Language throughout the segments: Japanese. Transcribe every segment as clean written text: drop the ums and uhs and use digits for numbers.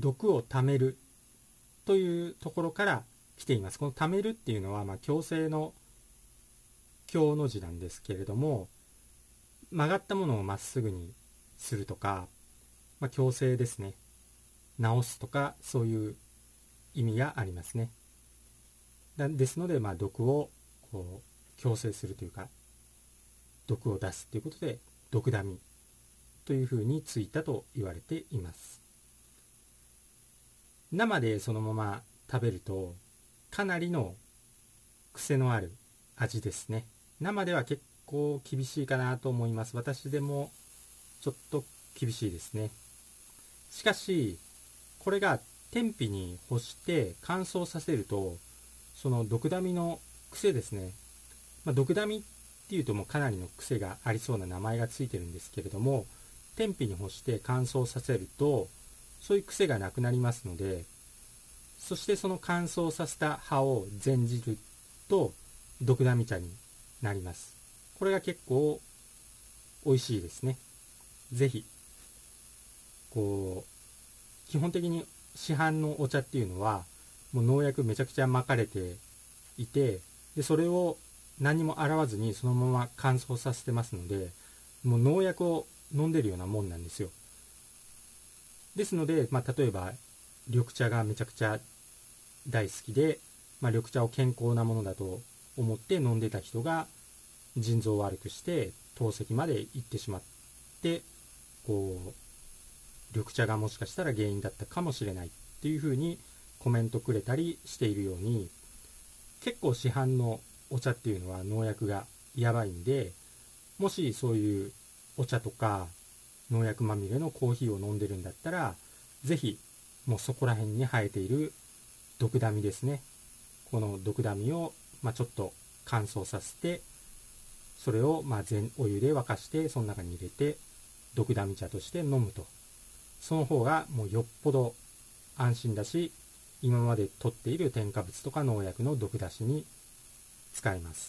毒を貯めるというところから来ています。この貯めるっていうのは、強制の強の字なんですけれども、曲がったものをまっすぐにするとか、強制ですね。直すとか、そういう意味がありますね。ですので、毒をこう強制するというか、毒を出すということで、毒ダミというふうについたと言われています。生でそのまま食べると、かなりの癖のある味ですね。生では結構厳しいかなと思います。私でもちょっと厳しいですね。しかし、これが天日に干して乾燥させると、その毒ダミの癖ですね。毒ダミっていうともうかなりの癖がありそうな名前がついてるんですけれども、天日に干して乾燥させると、そういう癖がなくなりますので、そしてその乾燥させた葉を煎じると毒ダミ茶になります。これが結構美味しいですね。ぜひ基本的に市販のお茶っていうのはもう農薬めちゃくちゃ撒かれていて、でそれを何も洗わずにそのまま乾燥させてますので、もう農薬を飲んでるようなもんなんですよ。ですので、例えば緑茶がめちゃくちゃ大好きで、緑茶を健康なものだと思って飲んでた人が腎臓を悪くして透析まで行ってしまって、緑茶がもしかしたら原因だったかもしれないっていうふうにコメントくれたりしているように、結構市販のお茶っていうのは農薬がやばいんで、もしそういうお茶とか農薬まみれのコーヒーを飲んでるんだったら、ぜひもうそこら辺に生えている毒ダミですね。この毒ダミをちょっと乾燥させて、それをお湯で沸かしてその中に入れて毒ダミ茶として飲むと、その方がもうよっぽど安心だし、今まで取っている添加物とか農薬の毒出しに使えます。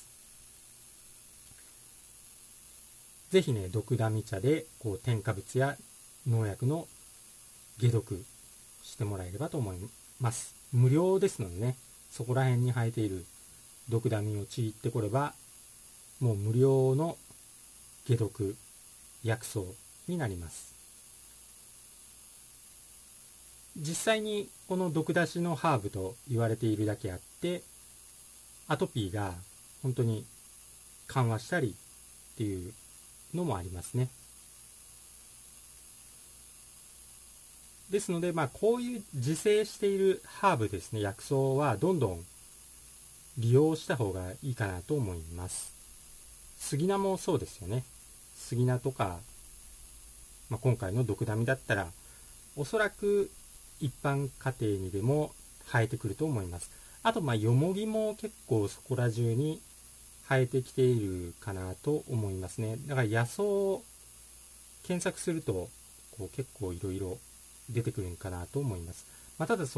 ぜひね、毒ダミ茶で添加物や農薬の解毒してもらえればと思います。無料ですのでね、そこら辺に生えている毒ダミをちぎってこれば、もう無料の解毒薬草になります。実際にこの毒出しのハーブと言われているだけあって、アトピーが本当に緩和したりっていうのもありますね。ですので、こういう自生しているハーブですね、薬草はどんどん利用した方がいいかなと思います。杉菜もそうですよね。杉菜とか、今回の毒ダミだったら、おそらく一般家庭にでも生えてくると思います。あと、よもぎも結構そこら中に生えてきているかなと思いますね。だから野草を検索すると結構いろいろ出てくるんかなと思います。ただ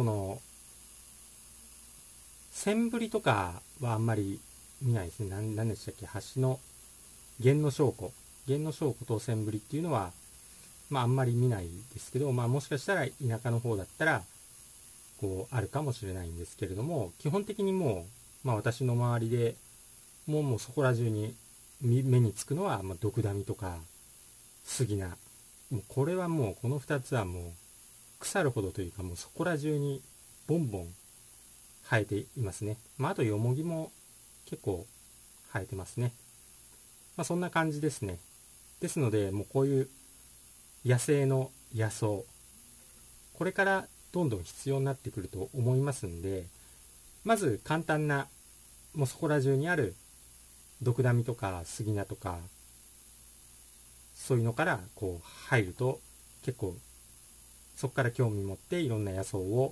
センブリとかはあんまり見ないですね。何でしたっけ、橋の源の証拠とセンブリっていうのはあんまり見ないですけど、もしかしたら田舎の方だったらあるかもしれないんですけれども、基本的にもう、私の周りでもうそこら中に目につくのは毒ダミとか杉菜、もうこれはもうこの2つはもう腐るほどというか、もうそこら中にボンボン生えていますね。あとヨモギも結構生えてますね。そんな感じですね。ですので、もうこういう野生の野草、これからどんどん必要になってくると思いますんで、まず簡単な、もうそこら中にある毒ダミとか杉菜とか、そういうのから入ると、結構そこから興味持っていろんな野草を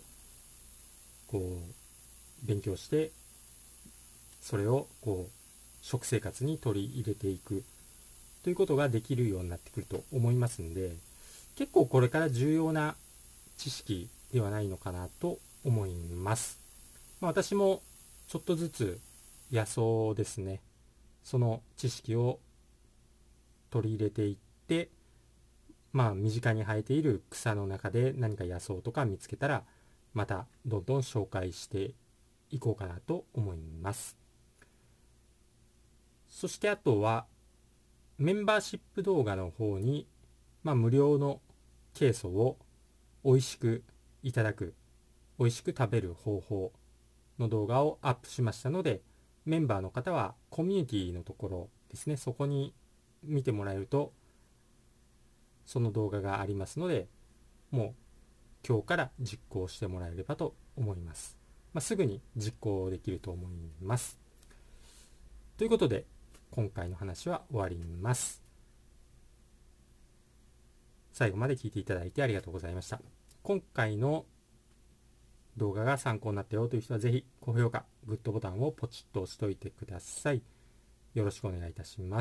勉強して、それを食生活に取り入れていくということができるようになってくると思いますんで、結構これから重要な知識ではないのかなと思います。私もちょっとずつ野草ですね、その知識を取り入れていって、 身近に生えている草の中で何か野草とか見つけたら、またどんどん紹介していこうかなと思います。そしてあとはメンバーシップ動画の方に、無料のケイ素を美味しくいただく、美味しく食べる方法の動画をアップしましたので、メンバーの方はコミュニティのところですね、そこに見てもらえるとその動画がありますので、もう今日から実行してもらえればと思います。すぐに実行できると思います。ということで今回の話は終わります。最後まで聞いていただいてありがとうございました。今回の動画が参考になったよという人はぜひ高評価、グッドボタンをポチッと押しておいてください。よろしくお願いいたします。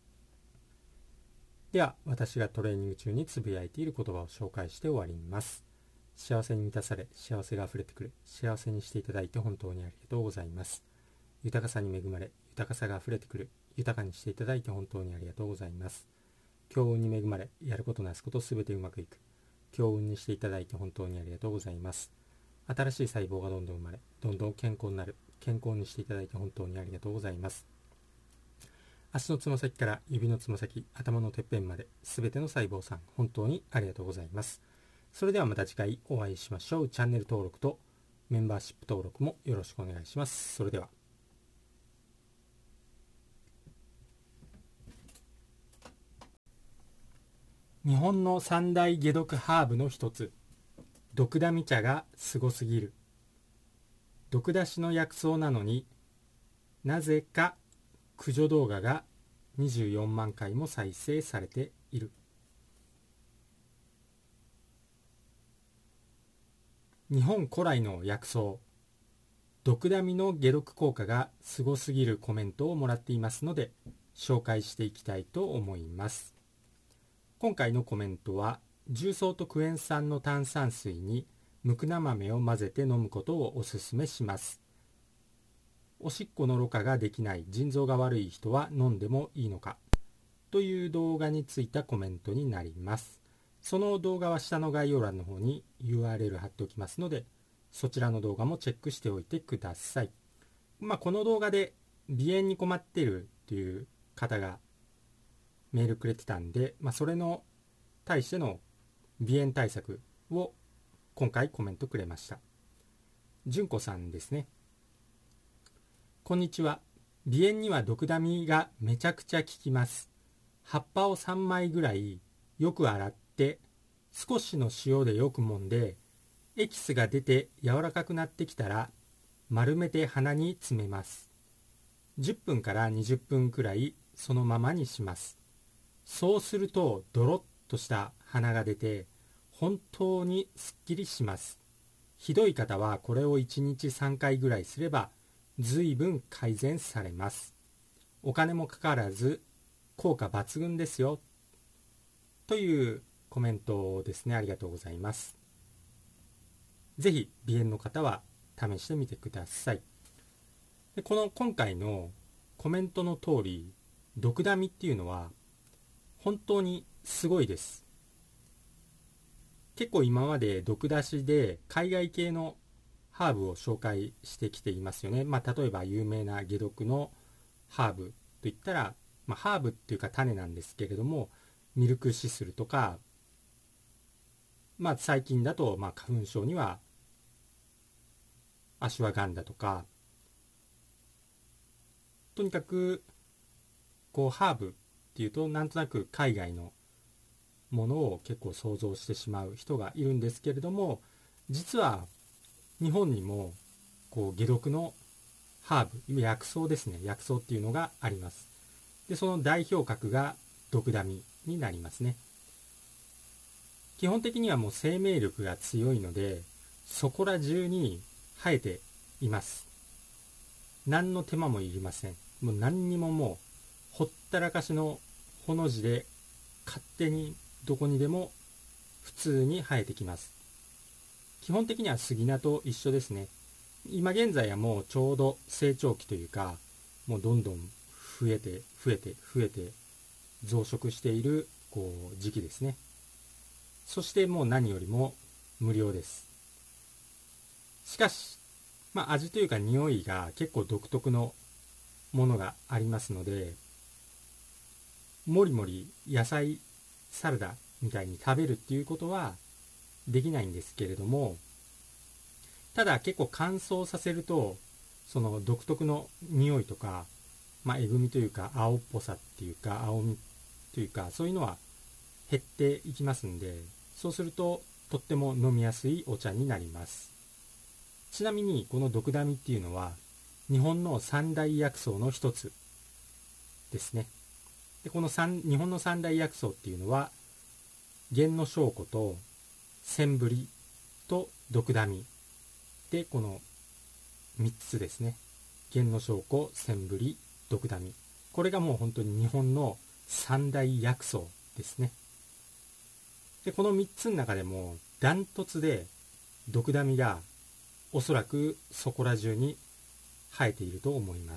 では、私がトレーニング中につぶやいている言葉を紹介して終わります。幸せに満たされ、幸せがあふれてくる。幸せにしていただいて本当にありがとうございます。豊かさに恵まれ、豊かさがあふれてくる。豊かにしていただいて本当にありがとうございます。強運に恵まれ、やることなすことすべてうまくいく。強運にしていただいて本当にありがとうございます。新しい細胞がどんどん生まれ、どんどん健康になる。健康にしていただいて本当にありがとうございます。足のつま先から指のつま先、頭のてっぺんまで、すべての細胞さん、本当にありがとうございます。それではまた次回お会いしましょう。チャンネル登録とメンバーシップ登録もよろしくお願いします。それでは。日本の三大解毒ハーブの一つ、ドクダミ茶がすごすぎる。毒出しの薬草なのになぜか駆除動画が24万回も再生されている。日本古来の薬草ドクダミの解毒効果がすごすぎるコメントをもらっていますので紹介していきたいと思います。今回のコメントは、重曹とクエン酸の炭酸水にムクナ豆を混ぜて飲むことをおすすめします。おしっこのろ過ができない、腎臓が悪い人は飲んでもいいのかという動画についたコメントになります。その動画は下の概要欄の方に URL 貼っておきますので、そちらの動画もチェックしておいてください。この動画で鼻炎に困っているという方がメールくれてたんで、それの対しての鼻炎対策を今回コメントくれました。純子さんですね。こんにちは。鼻炎にはドクダミがめちゃくちゃ効きます。葉っぱを3枚ぐらいよく洗って少しの塩でよく揉んでエキスが出て柔らかくなってきたら丸めて鼻に詰めます。10分から20分くらいそのままにします。そうするとドロッとした鼻が出て本当にすっきりします。ひどい方はこれを1日3回ぐらいすれば随分改善されます。お金もかからず効果抜群ですよというコメントですね。ありがとうございます。ぜひ鼻炎の方は試してみてください。で今回のコメントの通り、ドクダミっていうのは本当にすごいです。結構今まで毒出しで海外系のハーブを紹介してきていますよね。例えば有名な解毒のハーブといったら、ハーブっていうか種なんですけれども、ミルクシスルとか、最近だと花粉症にはアシュワガンダとか、とにかくハーブっていうとなんとなく海外のものを結構想像してしまう人がいるんですけれども、実は日本にも解毒のハーブ、薬草ですね、薬草っていうのがあります。でその代表格がドクダミになりますね。基本的にはもう生命力が強いのでそこら中に生えています。何の手間もいりません。もう何にももうほったらかしのほの字で勝手にどこにでも普通に生えてきます。基本的には杉菜と一緒ですね。今現在はもうちょうど成長期というか、もうどんどん増えて増えて増えて増殖している時期ですね。 そしてもう何よりも無料です。しかし、味というか匂いが結構独特のものがありますので、もりもり野菜サラダみたいに食べるっていうことはできないんですけれども、ただ結構乾燥させるとその独特の匂いとか、えぐみというか青っぽさっていうか青みというか、そういうのは減っていきますんで、そうするととっても飲みやすいお茶になります。ちなみにこのドクダミっていうのは日本の三大薬草の一つですね。でこの日本の三大薬草っていうのは玄の小古とセンブリとドクダミで、この3つですね。玄の小古、センブリ、ドクダミ、これがもう本当に日本の三大薬草ですね。でこの3つの中でもダントツでドクダミがおそらくそこら中に生えていると思います。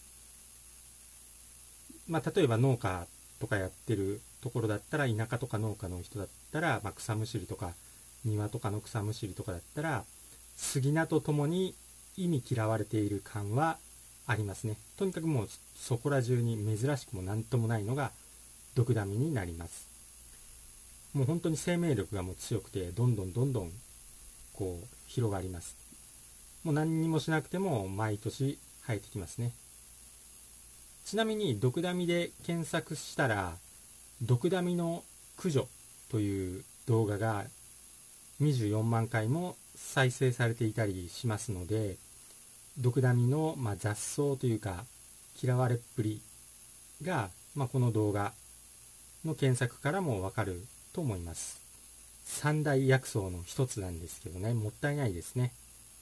例えば農家とかやってるところだったら、田舎とか農家の人だったら、草むしりとか庭とかの草むしりとかだったら、杉菜とともに忌み嫌われている感はありますね。とにかくもうそこら中に珍しくも何ともないのがドクダミになります。もう本当に生命力がもう強くて、どんどんこう広がります。もう何にもしなくても毎年生えてきますね。ちなみにドクダミで検索したら、ドクダミの駆除という動画が24万回も再生されていたりしますので、ドクダミの雑草というか嫌われっぷりが、この動画の検索からもわかると思います。三大薬草の一つなんですけどね、もったいないですね。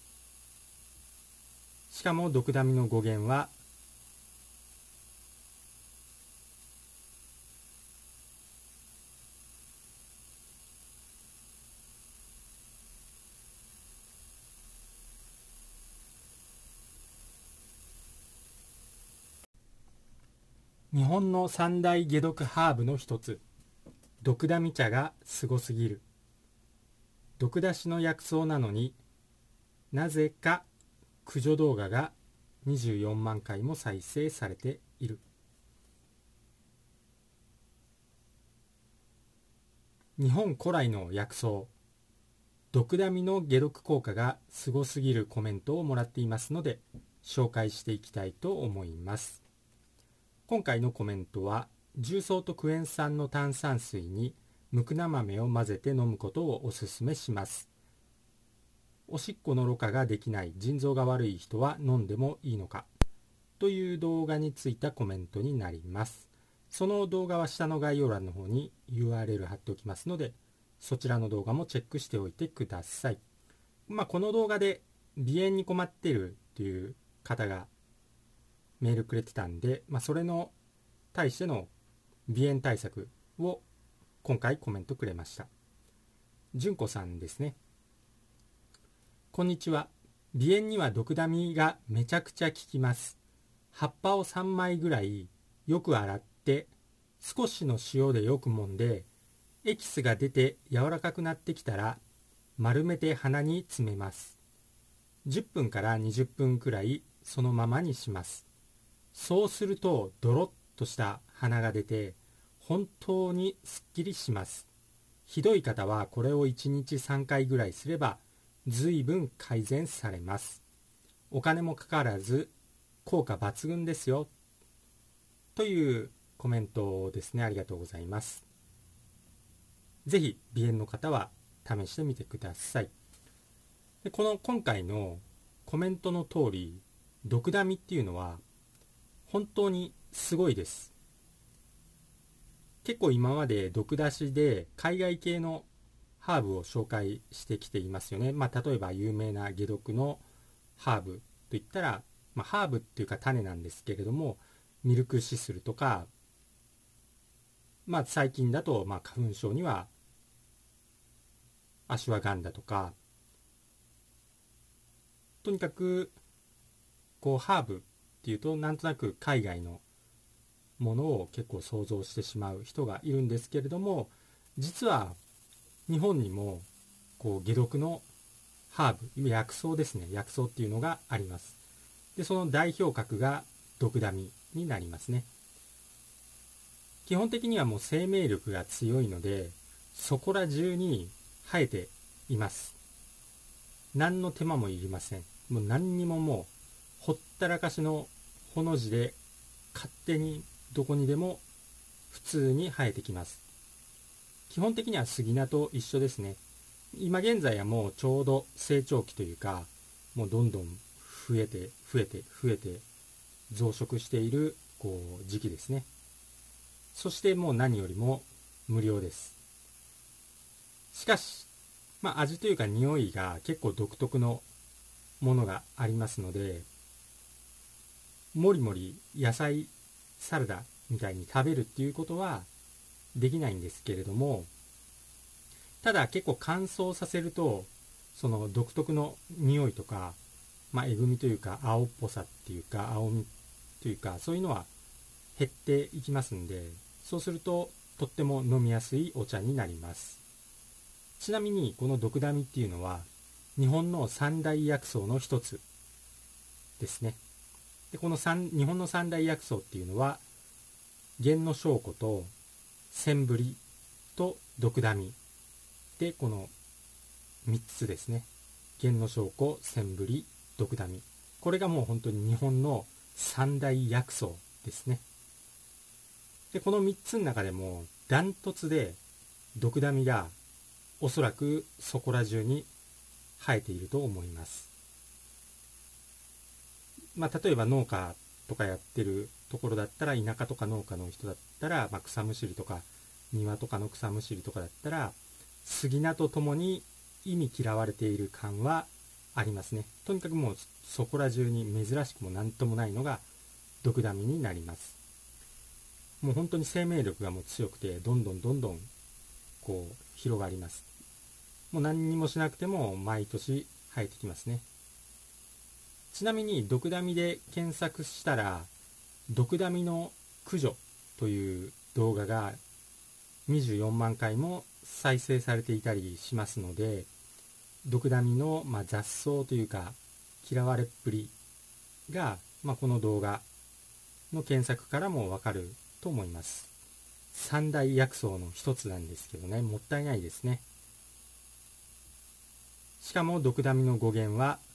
しかもドクダミの語源は日本の三大解毒ハーブの一つ、ドクダミ茶がすごすぎる。毒出しの薬草なのになぜか駆除動画が24万回も再生されている。日本古来の薬草ドクダミの解毒効果がすごすぎるコメントをもらっていますので、紹介していきたいと思います。今回のコメントは、重曹とクエン酸の炭酸水にムクナ豆を混ぜて飲むことをおすすめします。おしっこのろ過ができない腎臓が悪い人は飲んでもいいのかという動画についたコメントになります。その動画は下の概要欄の方に URL 貼っておきますので、そちらの動画もチェックしておいてください。この動画で鼻炎に困っているという方がメールくれてたんで、それの対しての鼻炎対策を今回コメントくれました。純子さんですね。こんにちは。鼻炎にはドクダミがめちゃくちゃ効きます。葉っぱを3枚ぐらいよく洗って少しの塩でよく揉んで、エキスが出て柔らかくなってきたら丸めて鼻に詰めます。10分から20分くらいそのままにします。そうするとドロッとした鼻が出て本当にすっきりします。ひどい方はこれを1日3回ぐらいすれば随分改善されます。お金もかからず効果抜群ですよというコメントですね。ありがとうございます。ぜひ鼻炎の方は試してみてください。で今回のコメントの通り、ドクダミっていうのは本当にすごいです。結構今まで毒出しで海外系のハーブを紹介してきていますよね。例えば有名な解毒のハーブといったら、ハーブっていうか種なんですけれども、ミルクシスルとか、最近だと花粉症にはアシュワガンダとか、とにかくハーブっていうとなんとなく海外のものを結構想像してしまう人がいるんですけれども、実は日本にも解毒のハーブ、薬草ですね、薬草っていうのがあります。でその代表格がドクダミになりますね。基本的にはもう生命力が強いので、そこら中に生えています。何の手間もいりません。もう何にも、もうほったらかしのほの字で勝手にどこにでも普通に生えてきます。基本的にはスギナと一緒ですね。今現在はもうちょうど成長期というか、もうどんどん増えて増殖している時期ですね。そしてもう何よりも無料です。しかし、味というか匂いが結構独特のものがありますので、もりもり野菜サラダみたいに食べるっていうことはできないんですけれども、ただ結構乾燥させるとその独特の匂いとか、えぐみというか青っぽさっていうか青みというか、そういうのは減っていきますんで、そうするととっても飲みやすいお茶になります。ちなみにこのドクダミっていうのは日本の三大薬草の一つですね。でこの日本の三大薬草っていうのは玄の小古とセンブリとドクダミで、この3つですね。玄の小古、センブリ、ドクダミ、これがもう本当に日本の三大薬草ですね。でこの3つの中でもダントツでドクダミがおそらくそこら中に生えていると思います。例えば農家とかやってるところだったら、田舎とか農家の人だったら、草むしりとか庭とかの草むしりとかだったら、スギナとともに忌み嫌われている感はありますね。とにかくもうそこら中に珍しくも何ともないのがドクダミになります。もう本当に生命力がもう強くて、どんどん広がります。もう何にもしなくても毎年生えてきますね。ちなみにドクダミで検索したら、ドクダミの駆除という動画が24万回も再生されていたりしますので、ドクダミの雑草というか嫌われっぷりが、この動画の検索からもわかると思います。三大薬草の一つなんですけどね、もったいないですね。しかもドクダミの語源は